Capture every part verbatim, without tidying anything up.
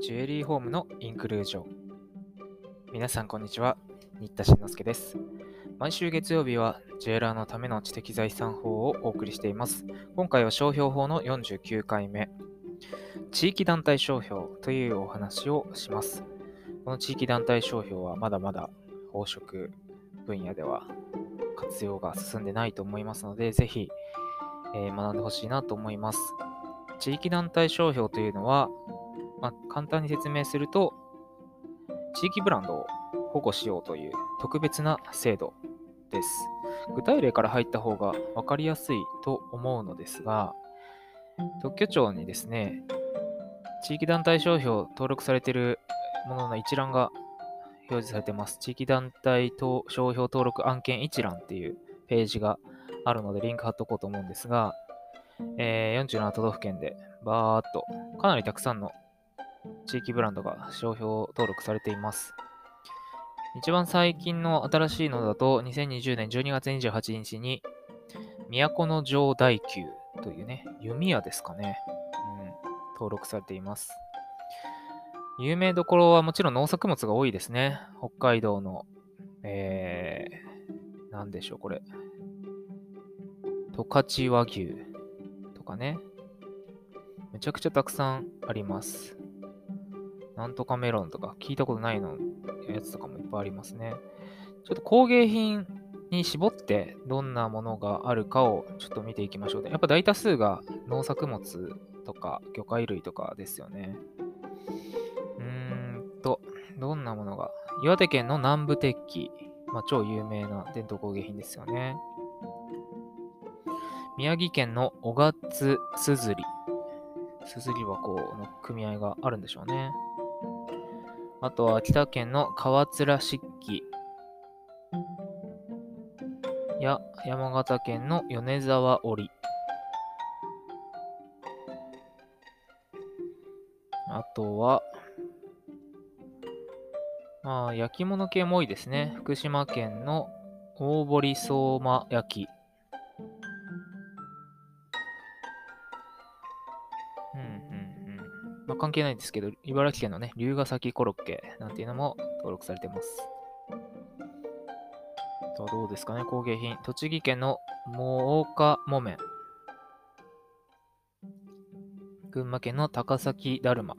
ジュエリーホームのインクルージョン。皆さんこんにちは、新田慎之介です。毎週月曜日はジュエラーのための知的財産法をお送りしています。今回は商標法のよんじゅうきゅうかいめ、地域団体商標というお話をします。この地域団体商標はまだまだ宝飾分野では活用が進んでないと思いますので、ぜひ、えー学んでほしいなと思います。地域団体商標というのは、まあ、簡単に説明すると、地域ブランドを保護しようという特別な制度です。具体例から入った方が分かりやすいと思うのですが、特許庁にですね、地域団体商標登録されているものの一覧が表示されています。地域団体商標登録案件一覧っていうページがあるのでリンク貼っとこうと思うんですが、えー、よんじゅうなな都道府県でバーっとかなりたくさんの地域ブランドが商標登録されています。一番最近の新しいのだと、にせんにじゅうねんじゅうにがつにじゅうはちにちに、都城大久というね、弓矢ですかね、うん、登録されています。有名どころはもちろん農作物が多いですね。北海道の、えー、なんでしょう、これ。十勝和牛とかね。めちゃくちゃたくさんあります。なんとかメロンとか聞いたことないのやつとかもいっぱいありますね。ちょっと工芸品に絞ってどんなものがあるかをちょっと見ていきましょう。やっぱ大多数が農作物とか魚介類とかですよね。うーんと、どんなものが。岩手県の南部鉄器。まあ、超有名な伝統工芸品ですよね。宮城県の小勝すずり。すずり箱の組合があるんでしょうね。あとは秋田県の川面漆器や山形県の米沢織。あとは、まあ、焼き物系も多いですね。福島県の大堀相馬焼き。うんうんうん。まあ、関係ないんですけど、茨城県のね、龍ヶ崎コロッケなんていうのも登録されてます。とどうですかね、工芸品。栃木県の真岡木綿。群馬県の高崎だるま。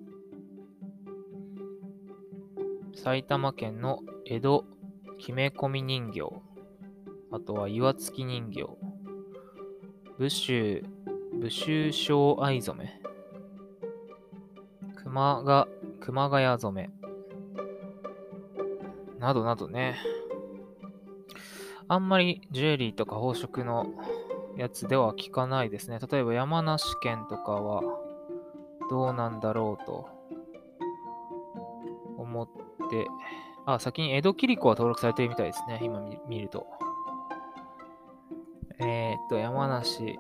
埼玉県の江戸決め込み人形。あとは岩付人形。武州、武州小藍染め。熊が、熊谷染め。などなどね。あんまりジュエリーとか宝飾のやつでは聞かないですね。例えば山梨県とかはどうなんだろうと思って、あ、先に江戸切子は登録されているみたいですね。今見ると。えー、っと、山梨、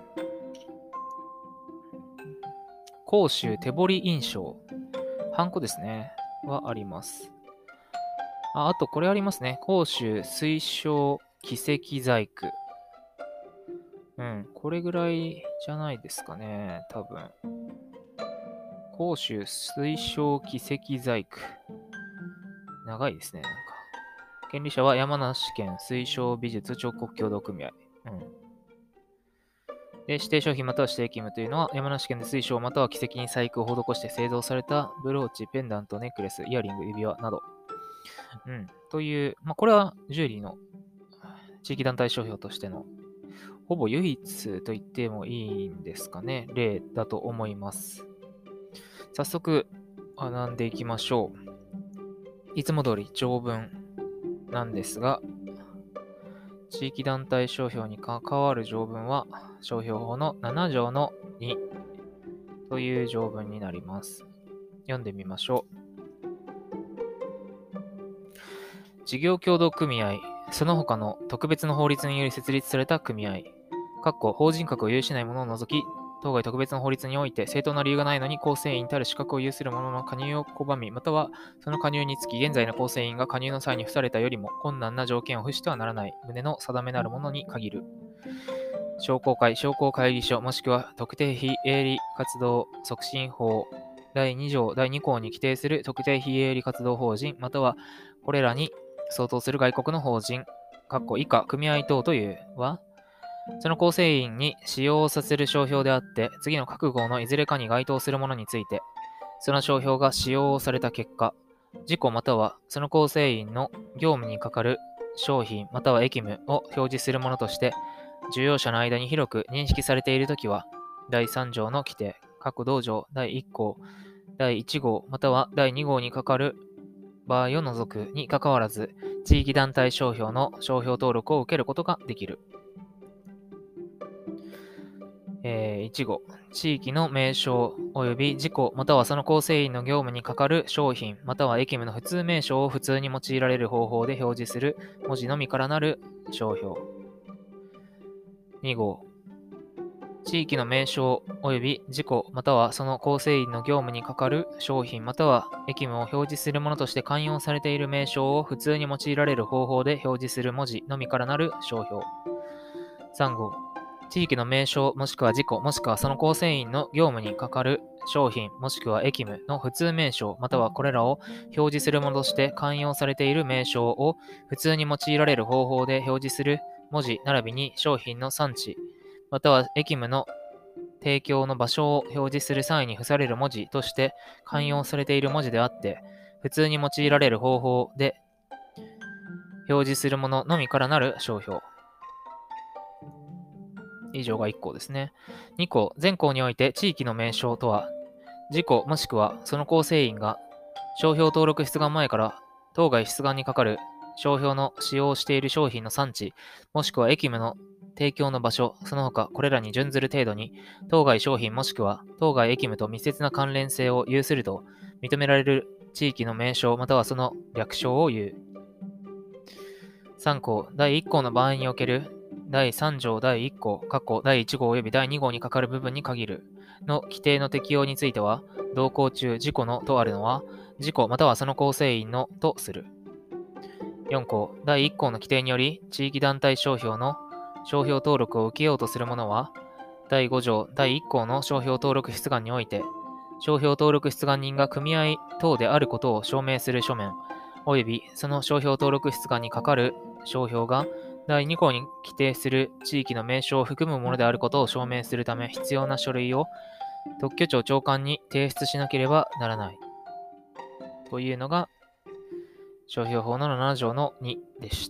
甲州手彫り印象。ハンコですね。はあります。あ、あとこれありますね。甲州水晶奇跡細工。うん、これぐらいじゃないですかね。多分。甲州水晶奇跡細工。長いですね、なんか。権利者は山梨県水晶美術彫刻協同組合。うん。で、指定商品または指定勤務というのは、山梨県で水晶または奇跡に細工を施して製造されたブローチ、ペンダント、ネックレス、イヤリング、指輪など。うん。という、まあ、これはジュエリーの地域団体商標としてのほぼ唯一と言ってもいいんですかね。例だと思います。早速学んでいきましょう。いつも通り条文なんですが、地域団体商標に関わる条文は商標法のななじょうのにという条文になります。読んでみましょう。事業協同組合、その他の特別の法律により設立された組合、法人格を有しない者を除き、当該特別の法律において正当な理由がないのに構成員たる資格を有する者の加入を拒み、またはその加入につき現在の構成員が加入の際に付されたよりも困難な条件を付してはならない旨の定めなるものに限る。商工会、商工会議所、もしくは特定非営利活動促進法だいに条だいに項に規定する特定非営利活動法人またはこれらに相当する外国の法人以下組合等というは、その構成員に使用させる商標であって次の各号のいずれかに該当するものについて、その商標が使用された結果、事項またはその構成員の業務に係る商品または役務を表示するものとして需要者の間に広く認識されているときは、だいさん条の規定、各同条だいいっ項、だいいち号またはだいに号にかかる場合を除くにかかわらず、地域団体商標の商標登録を受けることができる。えー、いち号、地域の名称及び事項またはその構成員の業務に係る商品または役務の普通名称を普通に用いられる方法で表示する文字のみからなる商標。に号、地域の名称及び事項またはその構成員の業務に係る商品または役務を表示するものとして慣用されている名称を普通に用いられる方法で表示する文字のみからなる商標。さん号、地域の名称もしくは事項もしくはその構成員の業務に係る商品もしくは役務の普通名称またはこれらを表示するものとして慣用されている名称を普通に用いられる方法で表示する文字並びに商品の産地または役務の提供の場所を表示する際に付される文字として慣用されている文字であって、普通に用いられる方法で表示するもののみからなる商標。以上がいっ項ですね。に項、全項において地域の名称とは、事項もしくはその構成員が商標登録出願前から当該出願にかかる商標の使用している商品の産地、もしくは役務の提供の場所、その他これらに準ずる程度に、当該商品もしくは当該役務と密接な関連性を有すると認められる地域の名称またはその略称を言う。さん項、だいいっ項の場合におけるだいさん条だいいっ項、括弧だいいち号及びだいに号にかかる部分に限るの規定の適用については、同項中事項のとあるのは、事項またはその構成員のとする。よん項、だいいっ項の規定により地域団体商標の商標登録を受けようとする者は、だいご条だいいっ項の商標登録出願において、商標登録出願人が組合等であることを証明する書面、及びその商標登録出願にかかる商標がだいに項に規定する地域の名称を含むものであることを証明するため必要な書類を特許庁長官に提出しなければならない。というのが、商標法のなな条のにでした。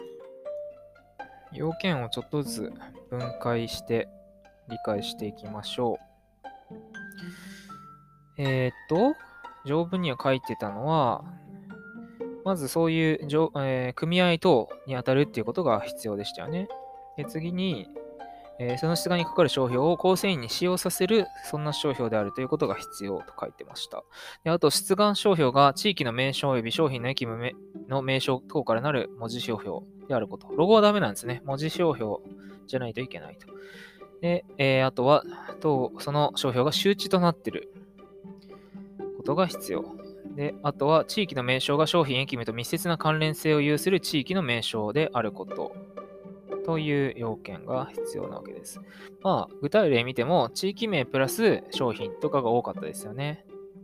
要件をちょっとずつ分解して理解していきましょう。えー、っと、条文には書いてたのは、まずそういう、えー、組合等に当たるっていうことが必要でしたよね。で次に、えー、その出願にかかる商標を構成員に使用させる、そんな商標であるということが必要と書いてました。であと、出願商標が地域の名称及び商品の役務の名称等からなる文字商標であること。ロゴはダメなんですね。文字商標じゃないといけないと。で、えー、あとは、とその商標が周知となっていることが必要。で、あとは、地域の名称が商品、役務と密接な関連性を有する地域の名称であること。という要件が必要なわけです。まあ、具体例見ても、地域名プラス商品とかが多かったですよね。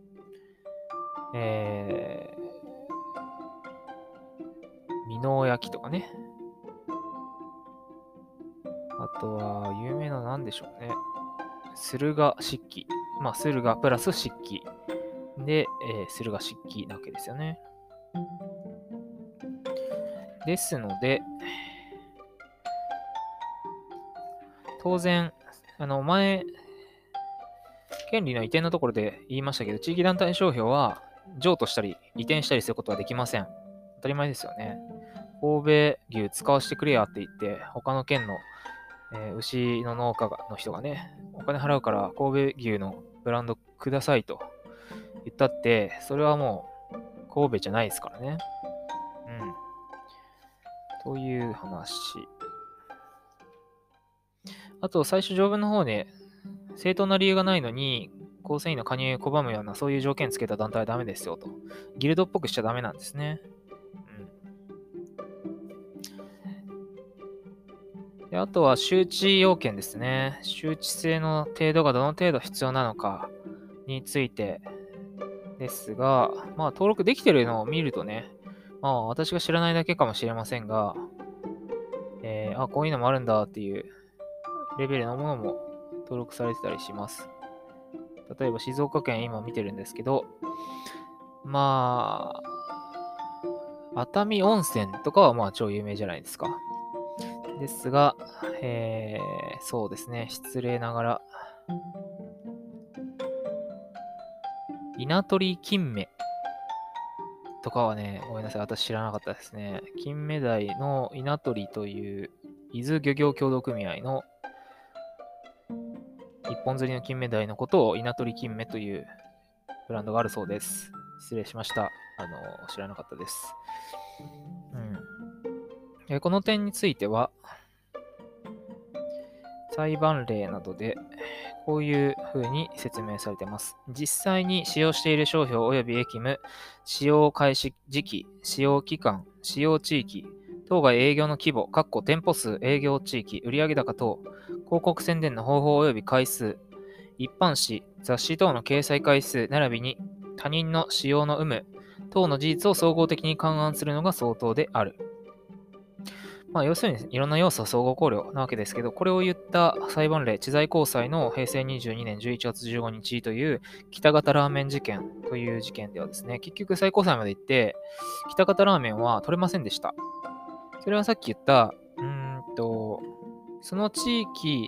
えー、美濃焼とかね。あとは、有名な何でしょうね。駿河漆器。まあ、駿河プラス漆器。で、えー、駿河漆器なわけですよね。ですので、当然、あの、前、権利の移転のところで言いましたけど、地域団体商標は譲渡したり移転したりすることはできません。当たり前ですよね。神戸牛使わせてくれやって言って、他の県の、えー、牛の農家の人がね、お金払うから神戸牛のブランドくださいと言ったって、それはもう神戸じゃないですからね。うん。という話。あと、最初条文の方で、正当な理由がないのに、構成員の加入を拒むような、そういう条件つけた団体はダメですよと。ギルドっぽくしちゃダメなんですね。うん、であとは、周知要件ですね。周知性の程度がどの程度必要なのかについてですが、まあ登録できてるのを見るとね、まあ私が知らないだけかもしれませんが、えー、あ、こういうのもあるんだっていうレベルのものも登録されてたりします。例えば静岡県今見てるんですけど、まあ、熱海温泉とかはまあ超有名じゃないですか。ですが、えー、そうですね、失礼ながら、稲取金目とかはね、ごめんなさい、私知らなかったですね。金目鯛の稲取という伊豆漁業協同組合の一本釣りの金目鯛のことを稲取金目というブランドがあるそうです。失礼しました。あの、知らなかったです。うん。この点については、裁判例などでこういう風に説明されています。実際に使用している商標及び役務、使用開始時期、使用期間、使用地域、当該営業の規模、店舗数、営業地域、売上高等、広告宣伝の方法及び回数、一般紙、雑誌等の掲載回数、並びに他人の使用の有無、等の事実を総合的に勘案するのが相当である。まあ、要するにいろんな要素を相互考慮なわけですけど、これを言った裁判例、知財高裁の平成にじゅうにねんじゅういちがつじゅうごにちという北方ラーメン事件という事件ではですね、結局最高裁まで行って、北方ラーメンは取れませんでした。それはさっき言った、うーんと、その地域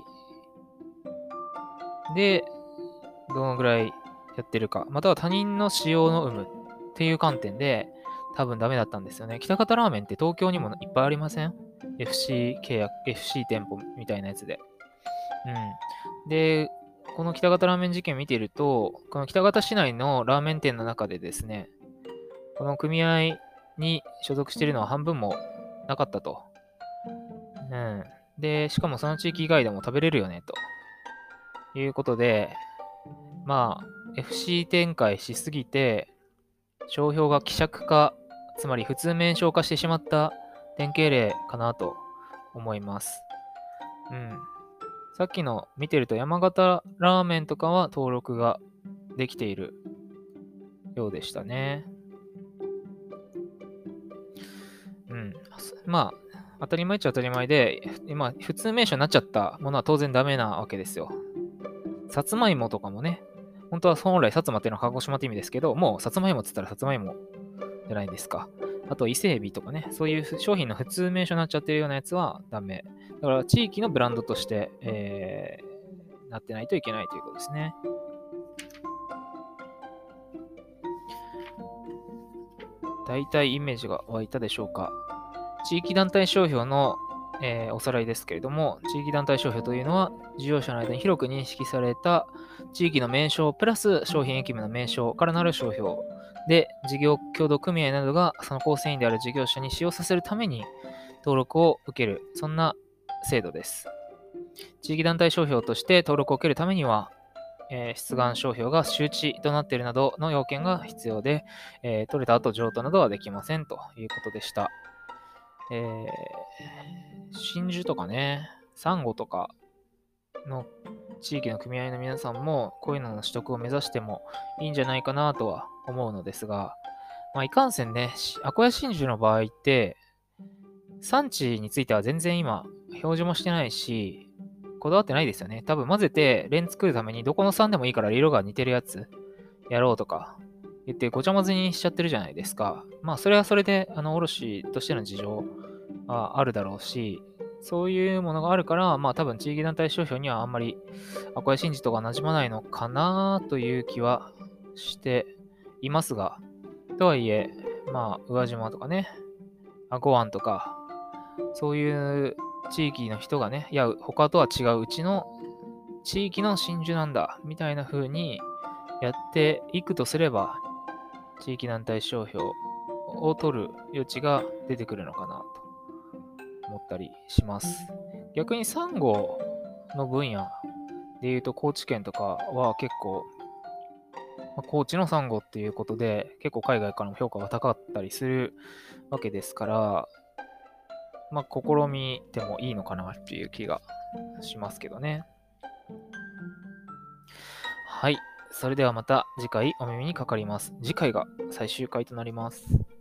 でどのぐらいやってるか、または他人の使用の有無っていう観点で多分ダメだったんですよね。北方ラーメンって東京にもいっぱいありません？ エフシー 契約、エフシー 店舗みたいなやつで。うん。で、この北方ラーメン事件見ていると、この北方市内のラーメン店の中でですね、この組合に所属しているのは半分もなかったと。うん。で、しかもその地域以外でも食べれるよね、ということで、まあ、エフシー 展開しすぎて、商標が希釈化、つまり普通名称化してしまった典型例かなと思います。うん。さっきの見てると山形ラーメンとかは登録ができているようでしたね。うん。まあ、当たり前っちゃ当たり前で、今、普通名称になっちゃったものは当然ダメなわけですよ。さつまいもとかもね、本当は本来薩摩っていうのは鹿児島って意味ですけど、もうさつまいもって言ったらさつまいもじゃないですか。あと伊勢海老とかね、そういう商品の普通名称になっちゃってるようなやつはダメ。だから地域のブランドとして、えー、なってないといけないということですね。大体イメージが湧いたでしょうか。地域団体商標の、えーおさらいですけれども、地域団体商標というのは、事業者の間に広く認識された地域の名称プラス商品役務の名称からなる商標で、事業協同組合などがその構成員である事業者に使用させるために登録を受ける、そんな制度です。地域団体商標として登録を受けるためには、えー出願商標が周知となっているなどの要件が必要で、えー取れた後譲渡などはできませんということでした。えー、真珠とかね、サンゴとかの地域の組合の皆さんも、こういうのの取得を目指してもいいんじゃないかなとは思うのですが、まあ、いかんせんね、アコヤ真珠の場合って、産地については全然今、表示もしてないし、こだわってないですよね。多分混ぜて、レン作るためにどこの産でもいいから色が似てるやつやろうとか言ってごちゃ混ぜにしちゃってるじゃないですか。まあそれはそれで、あの、卸としての事情はあるだろうし、そういうものがあるから、まあ多分地域団体商標にはあんまりアコヤ真珠とか馴染まないのかなという気はしていますが、とはいえ、まあ宇和島とかね、アゴワンとか、そういう地域の人がね、いや、他とは違ううちの地域の真珠なんだ、みたいな風にやっていくとすれば、地域団体商標を取る余地が出てくるのかなと思ったりします。逆にサンゴの分野で言うと、高知県とかは結構、まあ高知のサンゴっていうことで、結構海外からも評価が高かったりするわけですから、まあ、試みてもいいのかなっていう気がしますけどね。はい。 それではまた次回お耳にかかります。次回が最終回となります。